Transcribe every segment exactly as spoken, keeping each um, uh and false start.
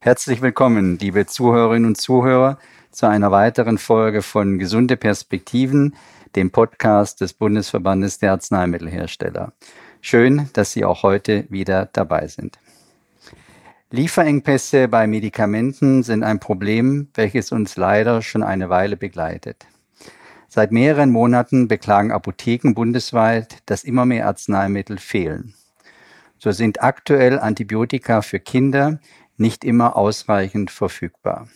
Herzlich willkommen, liebe Zuhörerinnen und Zuhörer, zu einer weiteren Folge von Gesunde Perspektiven, dem Podcast des Bundesverbandes der Arzneimittelhersteller. Schön, dass Sie auch heute wieder dabei sind. Lieferengpässe bei Medikamenten sind ein Problem, welches uns leider schon eine Weile begleitet. Seit mehreren Monaten beklagen Apotheken bundesweit, dass immer mehr Arzneimittel fehlen. So sind aktuell Antibiotika für Kinder nicht immer ausreichend verfügbar.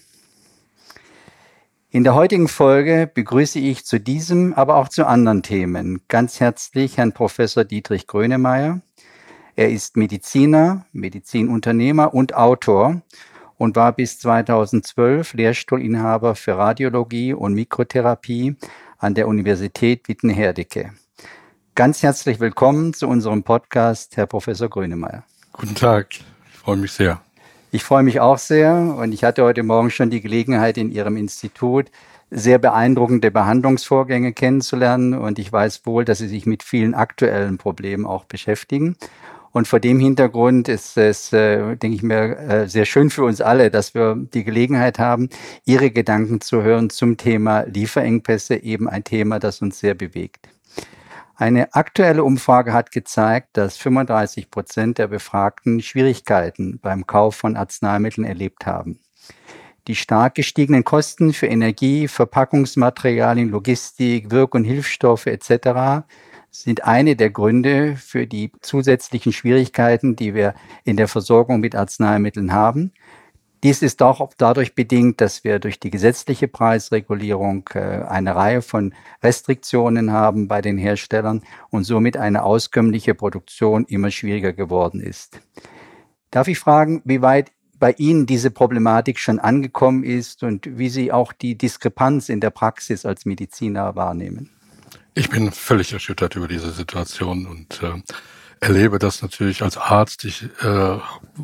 In der heutigen Folge begrüße ich zu diesem, aber auch zu anderen Themen ganz herzlich Herrn Professor Dietrich Grönemeyer. Er ist Mediziner, Medizinunternehmer und Autor und war bis zweitausendzwölf Lehrstuhlinhaber für Radiologie und Mikrotherapie an der Universität Witten-Herdecke. Ganz herzlich willkommen zu unserem Podcast, Herr Professor Grönemeyer. Guten Tag, ich freue mich sehr. Ich freue mich auch sehr und ich hatte heute Morgen schon die Gelegenheit, in Ihrem Institut sehr beeindruckende Behandlungsvorgänge kennenzulernen und ich weiß wohl, dass Sie sich mit vielen aktuellen Problemen auch beschäftigen. Und vor dem Hintergrund ist es, äh, denke ich mir, äh, sehr schön für uns alle, dass wir die Gelegenheit haben, Ihre Gedanken zu hören zum Thema Lieferengpässe, eben ein Thema, das uns sehr bewegt. Eine aktuelle Umfrage hat gezeigt, dass fünfunddreißig Prozent der Befragten Schwierigkeiten beim Kauf von Arzneimitteln erlebt haben. Die stark gestiegenen Kosten für Energie, Verpackungsmaterialien, Logistik, Wirk- und Hilfsstoffe et cetera sind eine der Gründe für die zusätzlichen Schwierigkeiten, die wir in der Versorgung mit Arzneimitteln haben. Dies ist auch dadurch bedingt, dass wir durch die gesetzliche Preisregulierung äh, eine Reihe von Restriktionen haben bei den Herstellern und somit eine auskömmliche Produktion immer schwieriger geworden ist. Darf ich fragen, wie weit bei Ihnen diese Problematik schon angekommen ist und wie Sie auch die Diskrepanz in der Praxis als Mediziner wahrnehmen? Ich bin völlig erschüttert über diese Situation und äh, erlebe das natürlich als Arzt. Ich äh,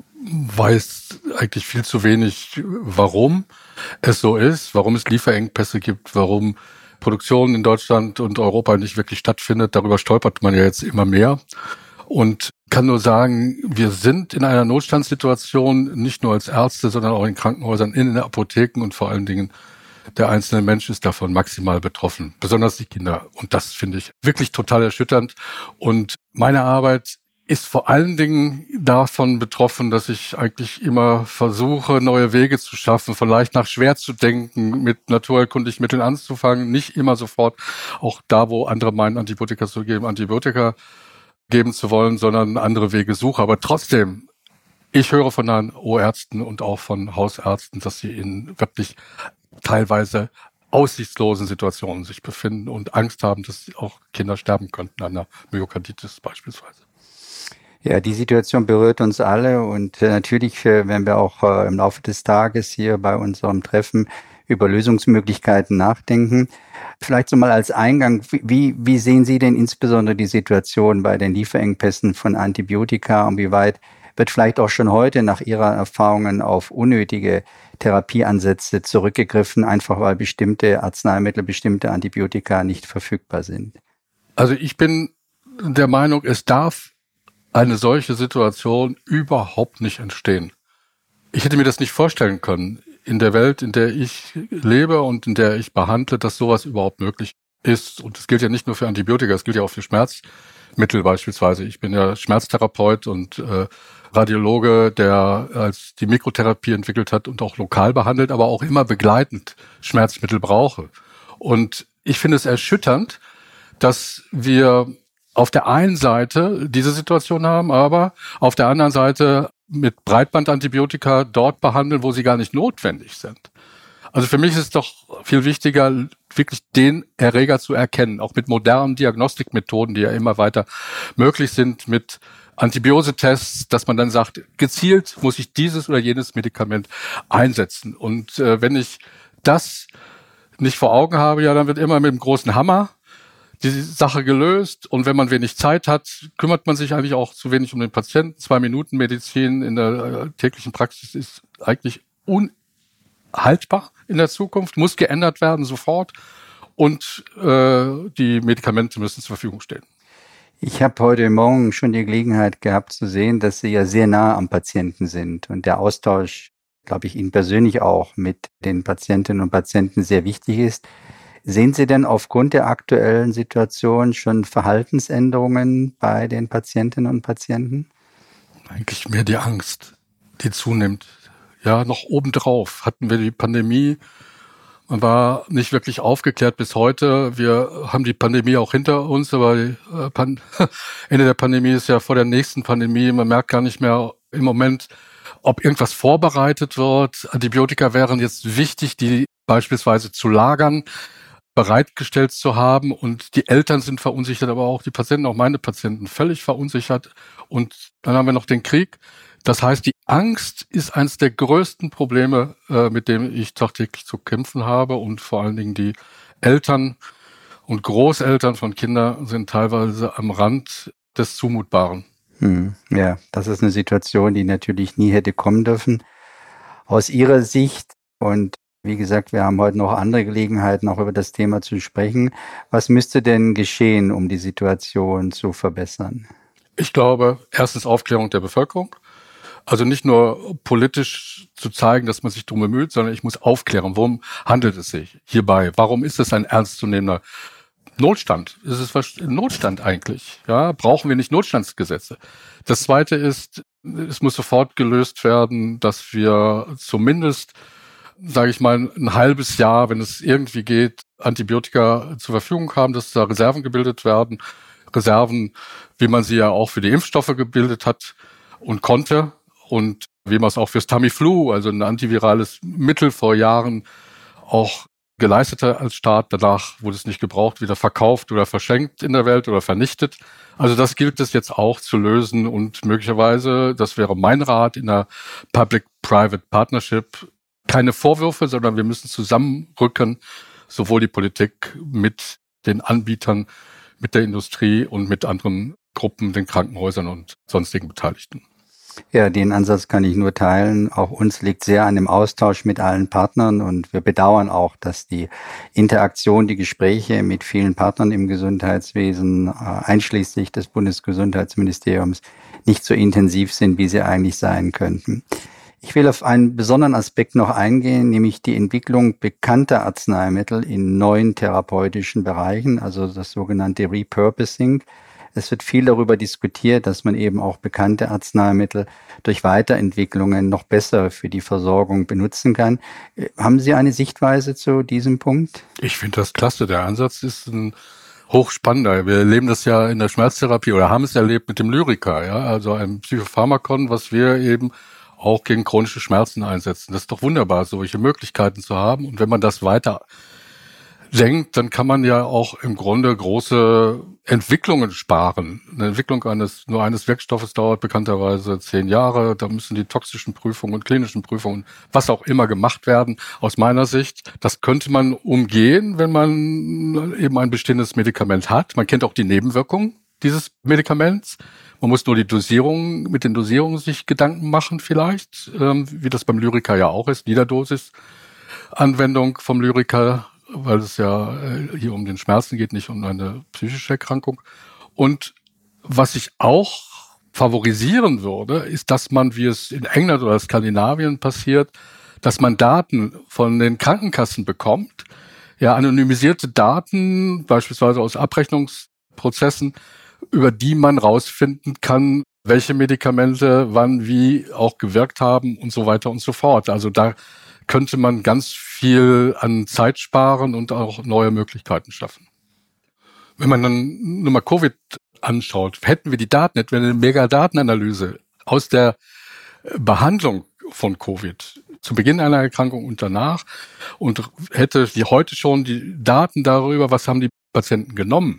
weiß eigentlich viel zu wenig, warum es so ist, warum es Lieferengpässe gibt, warum Produktion in Deutschland und Europa nicht wirklich stattfindet. Darüber stolpert man ja jetzt immer mehr. Und kann nur sagen, wir sind in einer Notstandssituation, nicht nur als Ärzte, sondern auch in Krankenhäusern, in den Apotheken und vor allen Dingen der einzelne Mensch ist davon maximal betroffen, besonders die Kinder. Und das finde ich wirklich total erschütternd. Und meine Arbeit ist vor allen Dingen davon betroffen, dass ich eigentlich immer versuche, neue Wege zu schaffen, von leicht nach schwer zu denken, mit naturheilkundlichen Mitteln anzufangen, nicht immer sofort, auch da, wo andere meinen, Antibiotika zu geben, Antibiotika geben zu wollen, sondern andere Wege suche. Aber trotzdem, ich höre von den Oärzten und auch von Hausärzten, dass sie in wirklich teilweise aussichtslosen Situationen sich befinden und Angst haben, dass auch Kinder sterben könnten an einer Myokarditis beispielsweise. Ja, die Situation berührt uns alle und äh, natürlich äh, werden wir auch äh, im Laufe des Tages hier bei unserem Treffen über Lösungsmöglichkeiten nachdenken. Vielleicht so mal als Eingang, wie, wie sehen Sie denn insbesondere die Situation bei den Lieferengpässen von Antibiotika und wie weit wird vielleicht auch schon heute nach Ihrer Erfahrungen auf unnötige Therapieansätze zurückgegriffen, einfach weil bestimmte Arzneimittel, bestimmte Antibiotika nicht verfügbar sind? Also ich bin der Meinung, es darf eine solche Situation überhaupt nicht entstehen. Ich hätte mir das nicht vorstellen können, in der Welt, in der ich lebe und in der ich behandle, dass sowas überhaupt möglich ist. Und das gilt ja nicht nur für Antibiotika, es gilt ja auch für Schmerzmittel beispielsweise. Ich bin ja Schmerztherapeut und äh, Radiologe, der als die Mikrotherapie entwickelt hat und auch lokal behandelt, aber auch immer begleitend Schmerzmittel brauche. Und ich finde es erschütternd, dass wir auf der einen Seite diese Situation haben, aber auf der anderen Seite mit Breitbandantibiotika dort behandeln, wo sie gar nicht notwendig sind. Also für mich ist es doch viel wichtiger, wirklich den Erreger zu erkennen, auch mit modernen Diagnostikmethoden, die ja immer weiter möglich sind, mit Antibiosetests, dass man dann sagt, gezielt muss ich dieses oder jenes Medikament einsetzen. Und äh, wenn ich das nicht vor Augen habe, ja, dann wird immer mit dem großen Hammer die Sache gelöst. Und wenn man wenig Zeit hat, kümmert man sich eigentlich auch zu wenig um den Patienten. Zwei Minuten Medizin in der äh, täglichen Praxis ist eigentlich unhaltbar in der Zukunft, muss geändert werden sofort. Und äh, die Medikamente müssen zur Verfügung stehen. Ich habe heute Morgen schon die Gelegenheit gehabt zu sehen, dass Sie ja sehr nah am Patienten sind und der Austausch glaube ich, Ihnen persönlich auch mit den Patientinnen und Patienten sehr wichtig ist. Sehen Sie denn aufgrund der aktuellen Situation schon Verhaltensänderungen bei den Patientinnen und Patienten? Eigentlich mehr die Angst, die zunimmt. Ja, noch obendrauf hatten wir die Pandemie. Man war nicht wirklich aufgeklärt bis heute. Wir haben die Pandemie auch hinter uns, aber die, äh, Pan- Ende der Pandemie ist ja vor der nächsten Pandemie. Man merkt gar nicht mehr im Moment, ob irgendwas vorbereitet wird. Antibiotika wären jetzt wichtig, die beispielsweise zu lagern, bereitgestellt zu haben. Und die Eltern sind verunsichert, aber auch die Patienten, auch meine Patienten, völlig verunsichert. Und dann haben wir noch den Krieg. Das heißt, die Angst ist eines der größten Probleme, äh, mit dem ich tagtäglich zu kämpfen habe. Und vor allen Dingen die Eltern und Großeltern von Kindern sind teilweise am Rand des Zumutbaren. Hm, ja, das ist eine Situation, die natürlich nie hätte kommen dürfen. Aus Ihrer Sicht, und wie gesagt, wir haben heute noch andere Gelegenheiten, auch über das Thema zu sprechen. Was müsste denn geschehen, um die Situation zu verbessern? Ich glaube, erstens Aufklärung der Bevölkerung. Also nicht nur politisch zu zeigen, dass man sich darum bemüht, sondern ich muss aufklären, worum handelt es sich hierbei? Warum ist es ein ernstzunehmender Notstand? Ist es was- Notstand eigentlich? Ja, brauchen wir nicht Notstandsgesetze? Das Zweite ist, es muss sofort gelöst werden, dass wir zumindest, sage ich mal, ein halbes Jahr, wenn es irgendwie geht, Antibiotika zur Verfügung haben, dass da Reserven gebildet werden. Reserven, wie man sie ja auch für die Impfstoffe gebildet hat und konnte. Und wie man es auch fürs Tamiflu, also ein antivirales Mittel vor Jahren, auch geleistet hat als Staat. Danach wurde es nicht gebraucht, wieder verkauft oder verschenkt in der Welt oder vernichtet. Also das gilt es jetzt auch zu lösen und möglicherweise, das wäre mein Rat, in einer Public-Private Partnership keine Vorwürfe, sondern wir müssen zusammenrücken, sowohl die Politik mit den Anbietern, mit der Industrie und mit anderen Gruppen, den Krankenhäusern und sonstigen Beteiligten. Ja, den Ansatz kann ich nur teilen. Auch uns liegt sehr an dem Austausch mit allen Partnern und wir bedauern auch, dass die Interaktion, die Gespräche mit vielen Partnern im Gesundheitswesen, äh, einschließlich des Bundesgesundheitsministeriums, nicht so intensiv sind, wie sie eigentlich sein könnten. Ich will auf einen besonderen Aspekt noch eingehen, nämlich die Entwicklung bekannter Arzneimittel in neuen therapeutischen Bereichen, also das sogenannte Repurposing. Es wird viel darüber diskutiert, dass man eben auch bekannte Arzneimittel durch Weiterentwicklungen noch besser für die Versorgung benutzen kann. Haben Sie eine Sichtweise zu diesem Punkt? Ich finde das klasse. Der Ansatz ist ein hochspannender. Wir erleben das ja in der Schmerztherapie oder haben es erlebt mit dem Lyrica, ja, also einem Psychopharmakon, was wir eben auch gegen chronische Schmerzen einsetzen. Das ist doch wunderbar, solche Möglichkeiten zu haben. Und wenn man das weiter denkt, dann kann man ja auch im Grunde große Entwicklungen sparen. Eine Entwicklung eines nur eines Wirkstoffes dauert bekannterweise zehn Jahre. Da müssen die toxischen Prüfungen und klinischen Prüfungen, was auch immer, gemacht werden. Aus meiner Sicht, das könnte man umgehen, wenn man eben ein bestehendes Medikament hat. Man kennt auch die Nebenwirkungen dieses Medikaments. Man muss nur die Dosierung, mit den Dosierungen sich Gedanken machen vielleicht, ähm, wie das beim Lyrica ja auch ist, Niederdosis-Anwendung vom Lyrica, weil es ja hier um den Schmerzen geht, nicht um eine psychische Erkrankung. Und was ich auch favorisieren würde, ist, dass man, wie es in England oder Skandinavien passiert, dass man Daten von den Krankenkassen bekommt, ja, anonymisierte Daten, beispielsweise aus Abrechnungsprozessen, über die man rausfinden kann, welche Medikamente wann wie auch gewirkt haben und so weiter und so fort. Also da könnte man ganz viel an Zeit sparen und auch neue Möglichkeiten schaffen. Wenn man dann nur mal Covid anschaut, hätten wir die Daten, hätten wir eine Megadatenanalyse aus der Behandlung von Covid zu Beginn einer Erkrankung und danach und hätte die heute schon die Daten darüber, was haben die Patienten genommen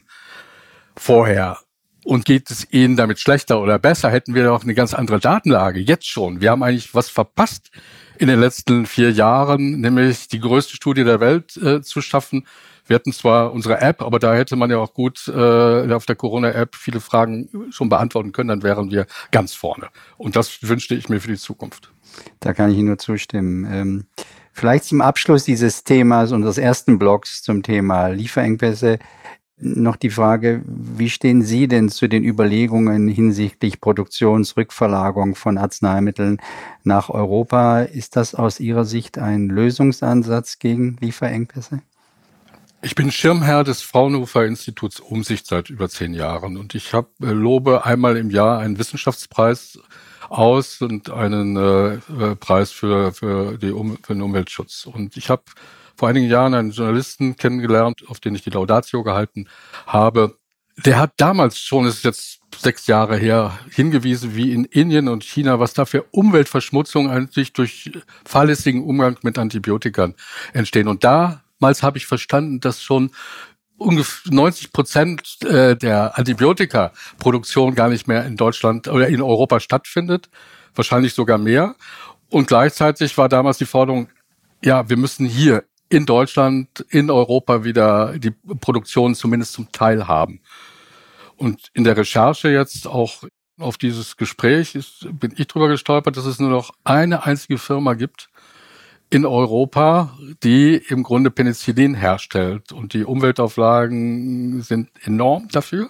vorher und geht es ihnen damit schlechter oder besser, hätten wir auch eine ganz andere Datenlage jetzt schon. Wir haben eigentlich was verpasst in den letzten vier Jahren, nämlich die größte Studie der Welt äh, zu schaffen. Wir hatten zwar unsere App, aber da hätte man ja auch gut äh, auf der Corona-App viele Fragen schon beantworten können, dann wären wir ganz vorne. Und das wünschte ich mir für die Zukunft. Da kann ich Ihnen nur zustimmen. Ähm, vielleicht zum Abschluss dieses Themas unseres ersten Blogs zum Thema Lieferengpässe. Noch die Frage, wie stehen Sie denn zu den Überlegungen hinsichtlich Produktionsrückverlagerung von Arzneimitteln nach Europa? Ist das aus Ihrer Sicht ein Lösungsansatz gegen Lieferengpässe? Ich bin Schirmherr des Fraunhofer Instituts Umsicht seit über zehn Jahren und ich hab, äh, lobe einmal im Jahr einen Wissenschaftspreis aus und einen äh, Preis für, für, die um, für den Umweltschutz. Und ich habe vor einigen Jahren einen Journalisten kennengelernt, auf den ich die Laudatio gehalten habe. Der hat damals schon, es ist jetzt sechs Jahre her, hingewiesen, wie in Indien und China, was da für Umweltverschmutzung eigentlich durch fahrlässigen Umgang mit Antibiotika entstehen. Und damals habe ich verstanden, dass schon ungefähr neunzig Prozent der Antibiotikaproduktion gar nicht mehr in Deutschland oder in Europa stattfindet, wahrscheinlich sogar mehr. Und gleichzeitig war damals die Forderung, ja, wir müssen hier in Deutschland, in Europa wieder die Produktion zumindest zum Teil haben. Und in der Recherche jetzt auch auf dieses Gespräch ist, bin ich drüber gestolpert, dass es nur noch eine einzige Firma gibt in Europa, die im Grunde Penicillin herstellt. Und die Umweltauflagen sind enorm dafür.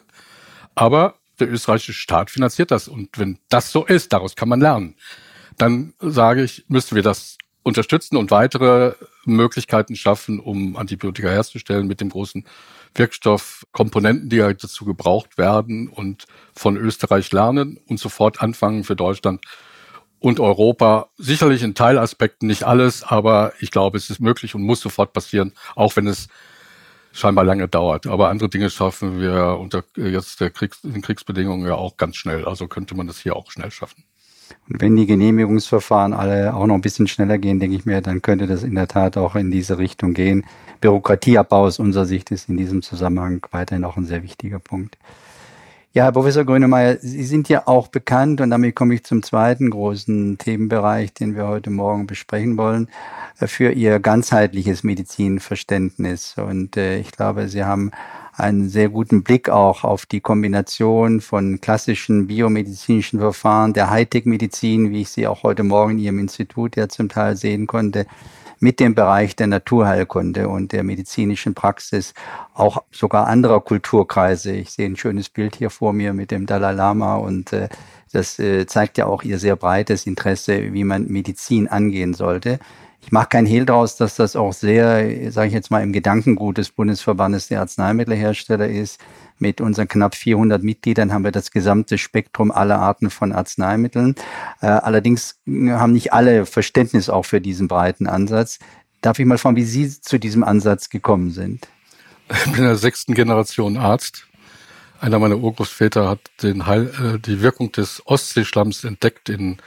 Aber der österreichische Staat finanziert das. Und wenn das so ist, daraus kann man lernen, dann sage ich, müssen wir das unterstützen und weitere Möglichkeiten schaffen, um Antibiotika herzustellen mit dem großen Wirkstoffkomponenten, die halt dazu gebraucht werden, und von Österreich lernen und sofort anfangen für Deutschland und Europa. Sicherlich in Teilaspekten nicht alles, aber ich glaube, es ist möglich und muss sofort passieren, auch wenn es scheinbar lange dauert. Aber andere Dinge schaffen wir unter jetzt der Kriegs-, den Kriegsbedingungen ja auch ganz schnell. Also könnte man das hier auch schnell schaffen. Und wenn die Genehmigungsverfahren alle auch noch ein bisschen schneller gehen, denke ich mir, dann könnte das in der Tat auch in diese Richtung gehen. Bürokratieabbau aus unserer Sicht ist in diesem Zusammenhang weiterhin auch ein sehr wichtiger Punkt. Ja, Herr Professor Grönemeyer, Sie sind ja auch bekannt, und damit komme ich zum zweiten großen Themenbereich, den wir heute Morgen besprechen wollen, für Ihr ganzheitliches Medizinverständnis. Und äh, ich glaube, Sie haben einen sehr guten Blick auch auf die Kombination von klassischen biomedizinischen Verfahren, der Hightech-Medizin, wie ich sie auch heute Morgen in Ihrem Institut ja zum Teil sehen konnte, mit dem Bereich der Naturheilkunde und der medizinischen Praxis, auch sogar anderer Kulturkreise. Ich sehe ein schönes Bild hier vor mir mit dem Dalai Lama, und äh, das äh, zeigt ja auch Ihr sehr breites Interesse, wie man Medizin angehen sollte. Ich mache keinen Hehl daraus, dass das auch sehr, sage ich jetzt mal, im Gedankengut des Bundesverbandes der Arzneimittelhersteller ist. Mit unseren knapp vierhundert Mitgliedern haben wir das gesamte Spektrum aller Arten von Arzneimitteln. Äh, allerdings haben nicht alle Verständnis auch für diesen breiten Ansatz. Darf ich mal fragen, wie Sie zu diesem Ansatz gekommen sind? Ich bin in der sechsten Generation Arzt. Einer meiner Urgroßväter hat den Heil, äh, die Wirkung des Ostseeschlamms entdeckt in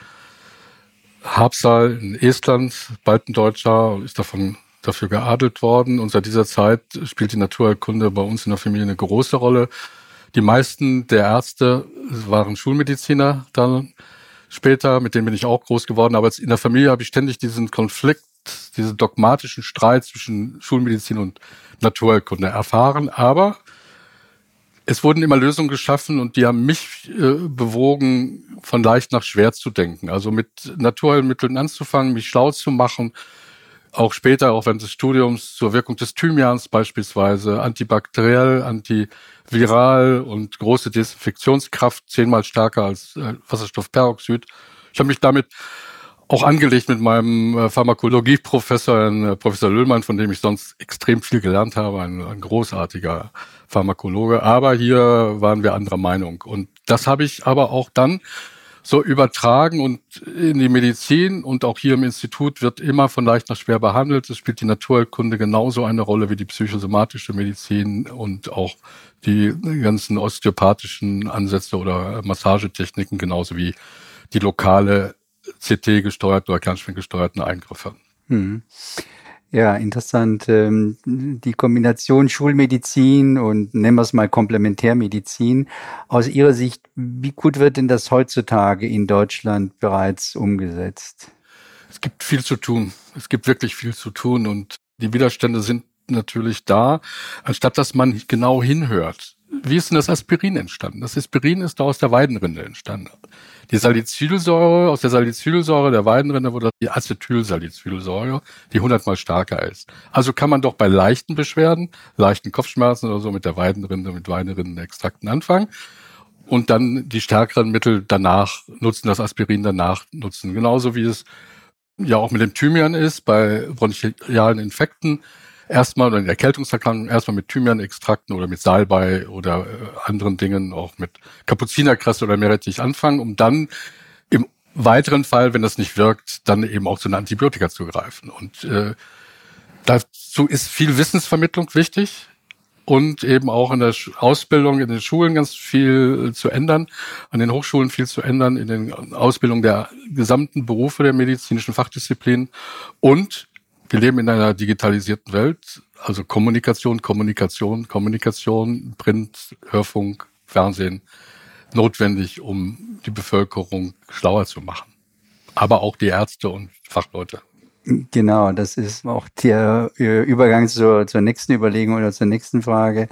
Habsal in Estland, Baltendeutscher, ist davon dafür geadelt worden. Und seit dieser Zeit spielt die Naturheilkunde bei uns in der Familie eine große Rolle. Die meisten der Ärzte waren Schulmediziner dann später, mit denen bin ich auch groß geworden. Aber in der Familie habe ich ständig diesen Konflikt, diesen dogmatischen Streit zwischen Schulmedizin und Naturheilkunde erfahren. Aber es wurden immer Lösungen geschaffen, und die haben mich äh, bewogen, von leicht nach schwer zu denken. Also mit Naturheilmitteln anzufangen, mich schlau zu machen. Auch später, auch während des Studiums, zur Wirkung des Thymians beispielsweise, antibakteriell, antiviral und große Desinfektionskraft, zehnmal stärker als äh, Wasserstoffperoxid. Ich habe mich damit auch angelegt mit meinem äh, Pharmakologieprofessor, äh, Professor Löhlmann, von dem ich sonst extrem viel gelernt habe, ein, ein großartiger Pharmakologe. Aber hier waren wir anderer Meinung. Und das habe ich aber auch dann so übertragen und in die Medizin, und auch hier im Institut wird immer von leicht nach schwer behandelt. Es spielt die Naturheilkunde genauso eine Rolle wie die psychosomatische Medizin und auch die ganzen osteopathischen Ansätze oder Massagetechniken, genauso wie die lokale C T-gesteuerten oder Kernspin-gesteuerten Eingriffe. Hm. Ja, interessant. Die Kombination Schulmedizin und nennen wir es mal Komplementärmedizin. Aus Ihrer Sicht, wie gut wird denn das heutzutage in Deutschland bereits umgesetzt? Es gibt viel zu tun. Es gibt wirklich viel zu tun, und die Widerstände sind natürlich da, anstatt dass man genau hinhört wie ist denn das Aspirin entstanden? Das Aspirin ist da aus der Weidenrinde entstanden. Die Salicylsäure, aus der Salicylsäure der Weidenrinde wurde die Acetylsalicylsäure, die hundertmal stärker ist. Also kann man doch bei leichten Beschwerden, leichten Kopfschmerzen oder so mit der Weidenrinde, mit Weidenrindenextrakten anfangen und dann die stärkeren Mittel danach nutzen, das Aspirin danach nutzen. Genauso wie es ja auch mit dem Thymian ist, bei bronchialen Infekten. Erstmal oder in Erkältungserkrankungen erstmal mit Thymianextrakten oder mit Salbei oder äh, anderen Dingen, auch mit Kapuzinerkresse oder Meerrettich anfangen, um dann im weiteren Fall, wenn das nicht wirkt, dann eben auch zu einer Antibiotika zu greifen. Und äh, dazu ist viel Wissensvermittlung wichtig und eben auch in der Ausbildung, in den Schulen ganz viel zu ändern, an den Hochschulen viel zu ändern, in den Ausbildung der gesamten Berufe der medizinischen Fachdisziplinen. Und wir leben in einer digitalisierten Welt, also Kommunikation, Kommunikation, Kommunikation, Print, Hörfunk, Fernsehen, notwendig, um die Bevölkerung schlauer zu machen. Aber auch die Ärzte und Fachleute. Genau, das ist auch der Übergang zur, zur nächsten Überlegung oder zur nächsten Frage.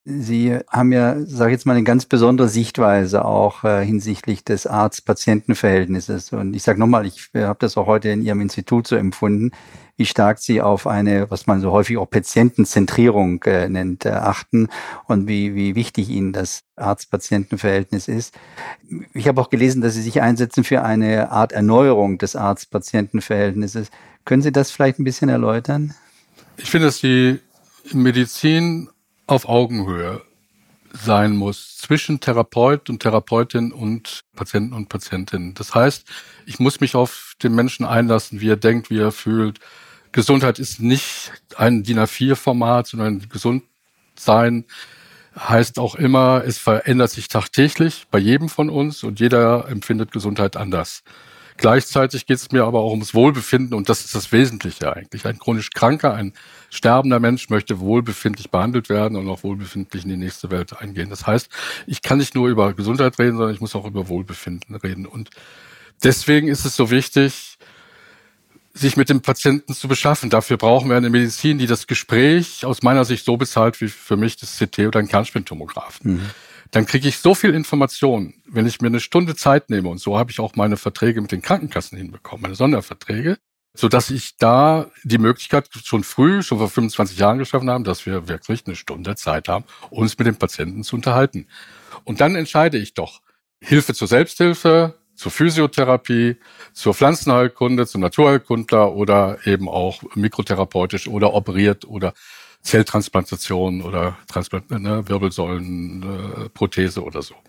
Sie haben ja, sage ich jetzt mal, eine ganz besondere Sichtweise auch äh, hinsichtlich des Arzt-Patienten-Verhältnisses. Und ich sage nochmal, ich äh, habe das auch heute in Ihrem Institut so empfunden, wie stark Sie auf eine, was man so häufig auch Patientenzentrierung äh, nennt, äh, achten und wie, wie wichtig Ihnen das Arzt-Patienten-Verhältnis ist. Ich habe auch gelesen, dass Sie sich einsetzen für eine Art Erneuerung des Arzt-Patienten-Verhältnisses. Können Sie das vielleicht ein bisschen erläutern? Ich finde, dass die Medizin auf Augenhöhe sein muss zwischen Therapeut und Therapeutin und Patienten und Patientinnen. Das heißt, ich muss mich auf den Menschen einlassen, wie er denkt, wie er fühlt. Gesundheit ist nicht ein D I N A vier Format, sondern Gesundsein heißt auch immer, es verändert sich tagtäglich bei jedem von uns und jeder empfindet Gesundheit anders. Gleichzeitig geht es mir aber auch ums Wohlbefinden und das ist das Wesentliche eigentlich. Ein chronisch kranker, ein sterbender Mensch möchte wohlbefindlich behandelt werden und auch wohlbefindlich in die nächste Welt eingehen. Das heißt, ich kann nicht nur über Gesundheit reden, sondern ich muss auch über Wohlbefinden reden. Und deswegen ist es so wichtig, sich mit dem Patienten zu beschaffen. Dafür brauchen wir eine Medizin, die das Gespräch aus meiner Sicht so bezahlt wie für mich das C T oder ein Kernspintomographen. Mhm. Dann kriege ich so viel Information, wenn ich mir eine Stunde Zeit nehme. Und so habe ich auch meine Verträge mit den Krankenkassen hinbekommen, meine Sonderverträge, sodass ich da die Möglichkeit schon früh, schon vor fünfundzwanzig Jahren geschaffen haben, dass wir wirklich eine Stunde Zeit haben, uns mit dem Patienten zu unterhalten. Und dann entscheide ich doch Hilfe zur Selbsthilfe, zur Physiotherapie, zur Pflanzenheilkunde, zum Naturheilkundler oder eben auch mikrotherapeutisch oder operiert oder Zelltransplantation oder Transplant, ne, Wirbelsäulenprothese äh, oder so.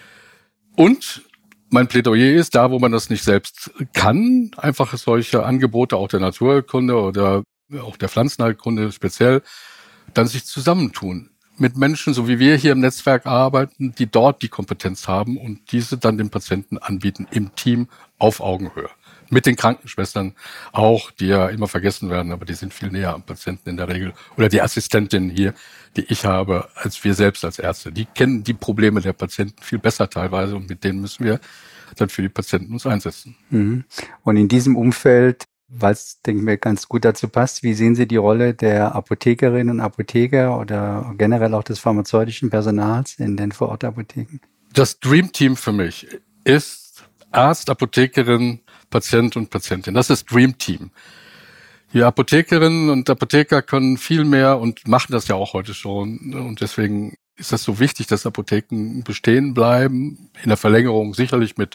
Und mein Plädoyer ist, da wo man das nicht selbst kann, einfach solche Angebote auch der Naturheilkunde oder auch der Pflanzenheilkunde speziell, dann sich zusammentun mit Menschen, so wie wir hier im Netzwerk arbeiten, die dort die Kompetenz haben und diese dann dem Patienten anbieten im Team auf Augenhöhe. Mit den Krankenschwestern auch, die ja immer vergessen werden, aber die sind viel näher am Patienten in der Regel. Oder die Assistentinnen hier, die ich habe, als wir selbst als Ärzte. Die kennen die Probleme der Patienten viel besser teilweise und mit denen müssen wir dann für die Patienten uns einsetzen. Mhm. Und in diesem Umfeld, was, denke ich mir, ganz gut dazu passt, wie sehen Sie die Rolle der Apothekerinnen und Apotheker oder generell auch des pharmazeutischen Personals in den Vorortapotheken? Das Dream Team für mich ist Arzt, Apothekerin, Patient und Patientin. Das ist Dream Team. Die Apothekerinnen und Apotheker können viel mehr und machen das ja auch heute schon. Und deswegen ist das so wichtig, dass Apotheken bestehen bleiben. In der Verlängerung sicherlich mit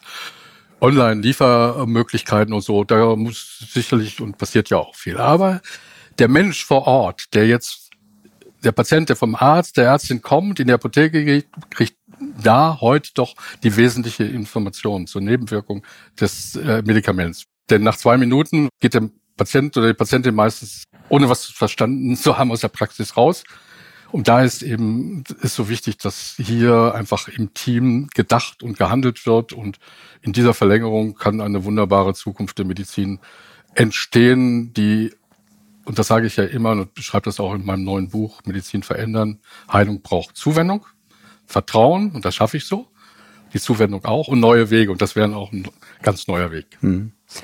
Online-Liefermöglichkeiten und so. Da muss sicherlich und passiert ja auch viel. Aber der Mensch vor Ort, der jetzt, der Patient, der vom Arzt, der Ärztin kommt, in die Apotheke geht, kriegt da heute doch die wesentliche Information zur Nebenwirkung des äh, Medikaments. Denn nach zwei Minuten geht der Patient oder die Patientin meistens, ohne was verstanden zu haben, aus der Praxis raus. Und da ist eben, ist so wichtig, dass hier einfach im Team gedacht und gehandelt wird. Und in dieser Verlängerung kann eine wunderbare Zukunft der Medizin entstehen, die, und das sage ich ja immer und beschreibe das auch in meinem neuen Buch, Medizin verändern. Heilung braucht Zuwendung, Vertrauen, und das schaffe ich so. Die Zuwendung auch und neue Wege. Und das wäre auch ein ganz neuer Weg. Hm.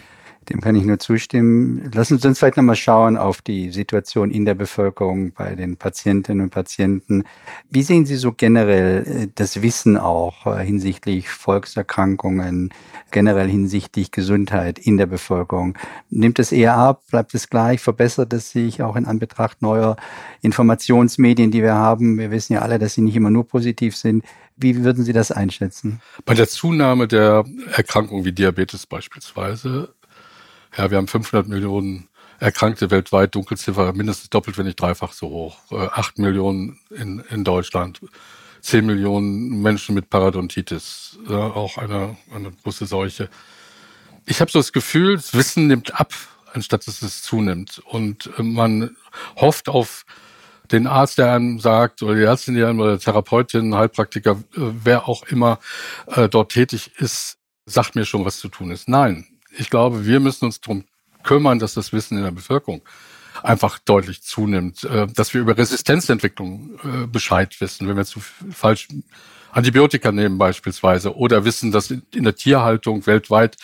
Dem kann ich nur zustimmen. Lassen Sie uns vielleicht nochmal schauen auf die Situation in der Bevölkerung bei den Patientinnen und Patienten. Wie sehen Sie so generell das Wissen auch hinsichtlich Volkserkrankungen, generell hinsichtlich Gesundheit in der Bevölkerung? Nimmt es eher ab? Bleibt es gleich? Verbessert es sich auch in Anbetracht neuer Informationsmedien, die wir haben? Wir wissen ja alle, dass sie nicht immer nur positiv sind. Wie würden Sie das einschätzen? Bei der Zunahme der Erkrankungen wie Diabetes beispielsweise, ja, wir haben fünfhundert Millionen Erkrankte weltweit, Dunkelziffer mindestens doppelt, wenn nicht dreifach so hoch. Äh, acht Millionen in, in Deutschland, zehn Millionen Menschen mit Parodontitis, äh, auch eine, eine große Seuche. Ich habe so das Gefühl, das Wissen nimmt ab, anstatt dass es zunimmt. Und äh, man hofft auf den Arzt, der einem sagt, oder die Ärztin, die einem, oder Therapeutin, Heilpraktiker, äh, wer auch immer äh, dort tätig ist, sagt mir schon, was zu tun ist. Nein. Ich glaube, wir müssen uns darum kümmern, dass das Wissen in der Bevölkerung einfach deutlich zunimmt, dass wir über Resistenzentwicklung Bescheid wissen, wenn wir zu falsch Antibiotika nehmen beispielsweise oder wissen, dass in der Tierhaltung weltweit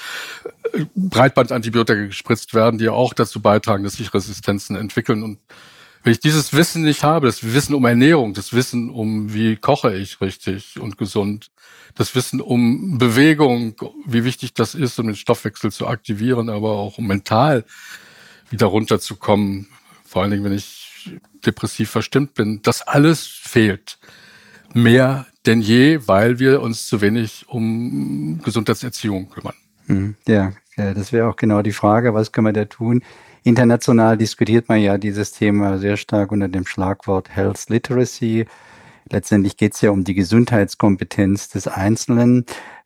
Breitbandantibiotika gespritzt werden, die auch dazu beitragen, dass sich Resistenzen entwickeln. Und wenn ich dieses Wissen nicht habe, das Wissen um Ernährung, das Wissen um, wie koche ich richtig und gesund, das Wissen um Bewegung, wie wichtig das ist, um den Stoffwechsel zu aktivieren, aber auch um mental wieder runterzukommen, vor allen Dingen, wenn ich depressiv verstimmt bin, das alles fehlt mehr denn je, weil wir uns zu wenig um Gesundheitserziehung kümmern. Ja, das wäre auch genau die Frage, was können wir da tun? International diskutiert man ja dieses Thema sehr stark unter dem Schlagwort Health Literacy. Letztendlich geht es ja um die Gesundheitskompetenz des Einzelnen.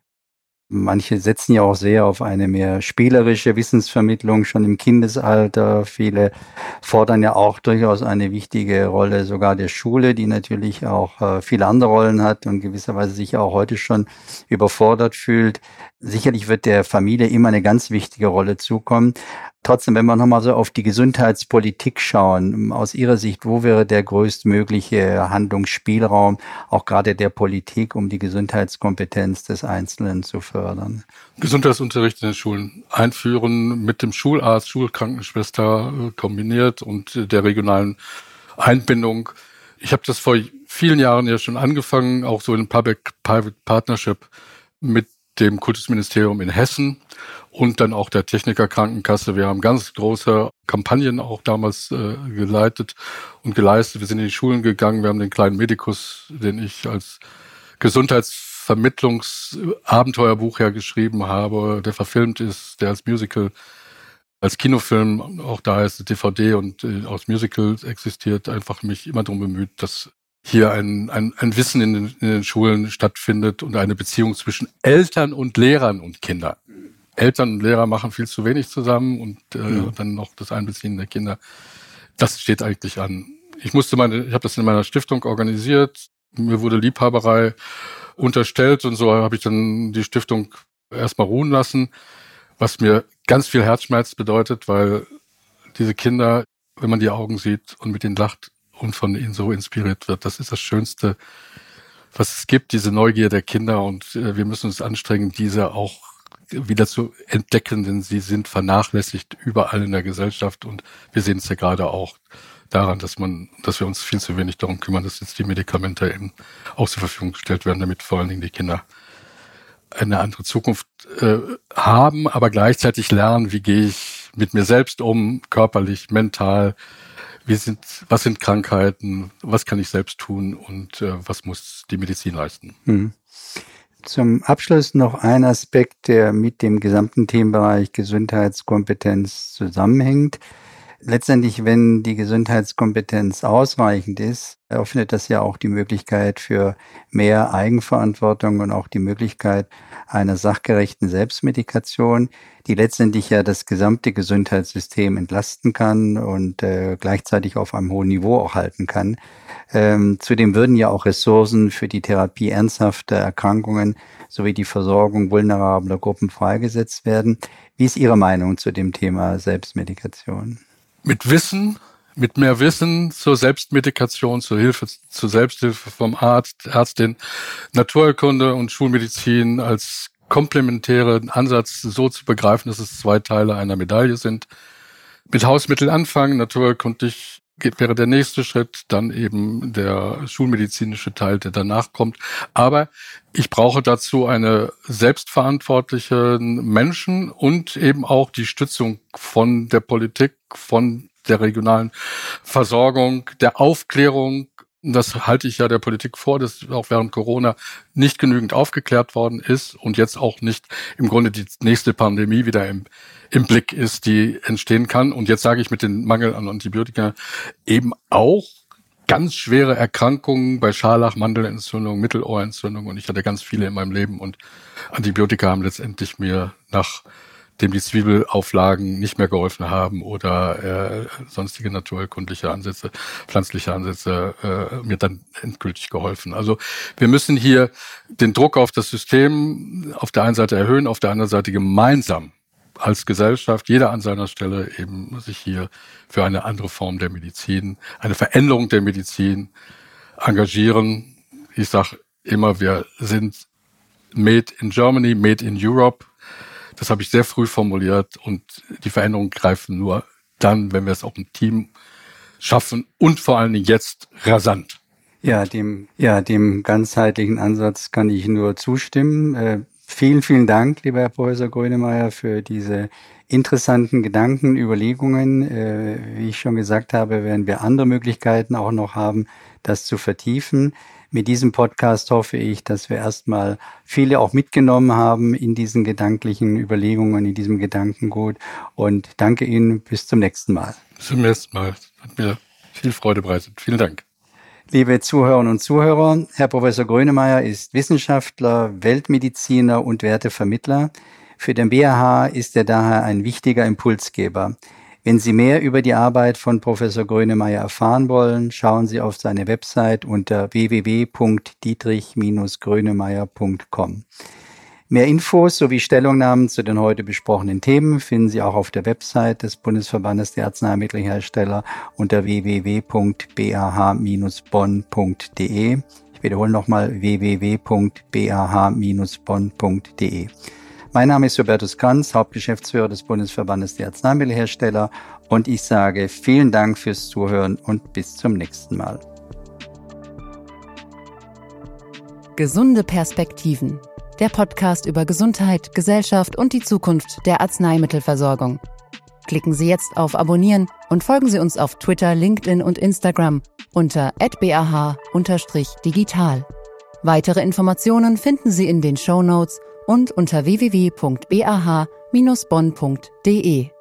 Manche setzen ja auch sehr auf eine mehr spielerische Wissensvermittlung schon im Kindesalter. Viele fordern ja auch durchaus eine wichtige Rolle sogar der Schule, die natürlich auch äh, viele andere Rollen hat und gewisserweise sich auch heute schon überfordert fühlt. Sicherlich wird der Familie immer eine ganz wichtige Rolle zukommen. Trotzdem, wenn wir nochmal so auf die Gesundheitspolitik schauen, aus Ihrer Sicht, wo wäre der größtmögliche Handlungsspielraum, auch gerade der Politik, um die Gesundheitskompetenz des Einzelnen zu fördern? Gesundheitsunterricht in den Schulen einführen, mit dem Schularzt, Schulkrankenschwester kombiniert und der regionalen Einbindung. Ich habe das vor vielen Jahren ja schon angefangen, auch so in Public-Private Partnership mit dem Kultusministerium in Hessen und dann auch der Technikerkrankenkasse. Wir haben ganz große Kampagnen auch damals äh, geleitet und geleistet. Wir sind in die Schulen gegangen. Wir haben den kleinen Medikus, den ich als Gesundheitsvermittlungsabenteuerbuch ja geschrieben habe, der verfilmt ist, der als Musical, als Kinofilm auch da ist, D V D und äh, aus Musicals existiert, einfach mich immer darum bemüht, dass hier ein, ein, ein Wissen in den, in den Schulen stattfindet und eine Beziehung zwischen Eltern und Lehrern und Kindern. Eltern und Lehrer machen viel zu wenig zusammen und äh, ja. dann noch das Einbeziehen der Kinder. Das steht eigentlich an. Ich musste meine, ich habe das in meiner Stiftung organisiert. Mir wurde Liebhaberei unterstellt und so habe ich dann die Stiftung erstmal ruhen lassen, was mir ganz viel Herzschmerz bedeutet, weil diese Kinder, wenn man die Augen sieht und mit ihnen lacht, und von ihnen so inspiriert wird. Das ist das Schönste, was es gibt, diese Neugier der Kinder. Und äh, wir müssen uns anstrengen, diese auch wieder zu entdecken, denn sie sind vernachlässigt überall in der Gesellschaft. Und wir sehen es ja gerade auch daran, dass man, dass wir uns viel zu wenig darum kümmern, dass jetzt die Medikamente eben auch zur Verfügung gestellt werden, damit vor allen Dingen die Kinder eine andere Zukunft äh, haben, aber gleichzeitig lernen, wie gehe ich mit mir selbst um, körperlich, mental. Wie sind, was sind Krankheiten? Was kann ich selbst tun? Und äh, was muss die Medizin leisten? Hm. Zum Abschluss noch ein Aspekt, der mit dem gesamten Themenbereich Gesundheitskompetenz zusammenhängt. Letztendlich, wenn die Gesundheitskompetenz ausreichend ist, eröffnet das ja auch die Möglichkeit für mehr Eigenverantwortung und auch die Möglichkeit einer sachgerechten Selbstmedikation, die letztendlich ja das gesamte Gesundheitssystem entlasten kann und äh, gleichzeitig auf einem hohen Niveau auch halten kann. Ähm, zudem würden ja auch Ressourcen für die Therapie ernsthafter Erkrankungen sowie die Versorgung vulnerabler Gruppen freigesetzt werden. Wie ist Ihre Meinung zu dem Thema Selbstmedikation? Mit Wissen, mit mehr Wissen zur Selbstmedikation, zur Hilfe, zur Selbsthilfe vom Arzt, Ärztin, Naturheilkunde und Schulmedizin als komplementären Ansatz so zu begreifen, dass es zwei Teile einer Medaille sind. Mit Hausmittel anfangen, naturkundlich wäre der nächste Schritt, dann eben der schulmedizinische Teil, der danach kommt. Aber ich brauche dazu eine selbstverantwortlichen Menschen und eben auch die Stützung von der Politik, von der regionalen Versorgung, der Aufklärung. Das halte ich ja der Politik vor, dass auch während Corona nicht genügend aufgeklärt worden ist und jetzt auch nicht im Grunde die nächste Pandemie wieder im, im Blick ist, die entstehen kann. Und jetzt sage ich mit dem Mangel an Antibiotika eben auch ganz schwere Erkrankungen bei Scharlach, Mandelentzündung, Mittelohrentzündung. Und ich hatte ganz viele in meinem Leben und Antibiotika haben letztendlich mir nach dem die Zwiebelauflagen nicht mehr geholfen haben oder äh, sonstige naturkundliche Ansätze, pflanzliche Ansätze äh, mir dann endgültig geholfen. Also wir müssen hier den Druck auf das System auf der einen Seite erhöhen, auf der anderen Seite gemeinsam als Gesellschaft, jeder an seiner Stelle eben sich hier für eine andere Form der Medizin, eine Veränderung der Medizin engagieren. Ich sage immer, wir sind made in Germany, made in Europe. Das habe ich sehr früh formuliert und die Veränderungen greifen nur dann, wenn wir es auch im Team schaffen und vor allen Dingen jetzt rasant. Ja, dem, ja, dem ganzheitlichen Ansatz kann ich nur zustimmen. Äh, vielen, vielen Dank, lieber Herr Professor Grönemeyer, für diese interessanten Gedanken, Überlegungen. Äh, wie ich schon gesagt habe, werden wir andere Möglichkeiten auch noch haben, das zu vertiefen. Mit diesem Podcast hoffe ich, dass wir erstmal viele auch mitgenommen haben in diesen gedanklichen Überlegungen, in diesem Gedankengut. Und danke Ihnen, bis zum nächsten Mal. Bis zum nächsten Mal. Hat mir viel Freude bereitet. Vielen Dank. Liebe Zuhörerinnen und Zuhörer, Herr Professor Grönemeyer ist Wissenschaftler, Weltmediziner und Wertevermittler. Für den B A H ist er daher ein wichtiger Impulsgeber. Wenn Sie mehr über die Arbeit von Professor Grönemeyer erfahren wollen, schauen Sie auf seine Website unter w w w punkt dietrich Bindestrich grönemeyer punkt com. Mehr Infos sowie Stellungnahmen zu den heute besprochenen Themen finden Sie auch auf der Website des Bundesverbandes der Arzneimittelhersteller unter w w w punkt b a h Bindestrich bonn punkt d e. Ich wiederhole nochmal w w w punkt b a h Bindestrich bonn punkt d e. Mein Name ist Hubertus Kranz, Hauptgeschäftsführer des Bundesverbandes der Arzneimittelhersteller und ich sage vielen Dank fürs Zuhören und bis zum nächsten Mal. Gesunde Perspektiven. Der Podcast über Gesundheit, Gesellschaft und die Zukunft der Arzneimittelversorgung. Klicken Sie jetzt auf Abonnieren und folgen Sie uns auf Twitter, LinkedIn und Instagram unter at b a h digital. Weitere Informationen finden Sie in den Shownotes und unter w w w punkt b a h Bindestrich bonn punkt d e.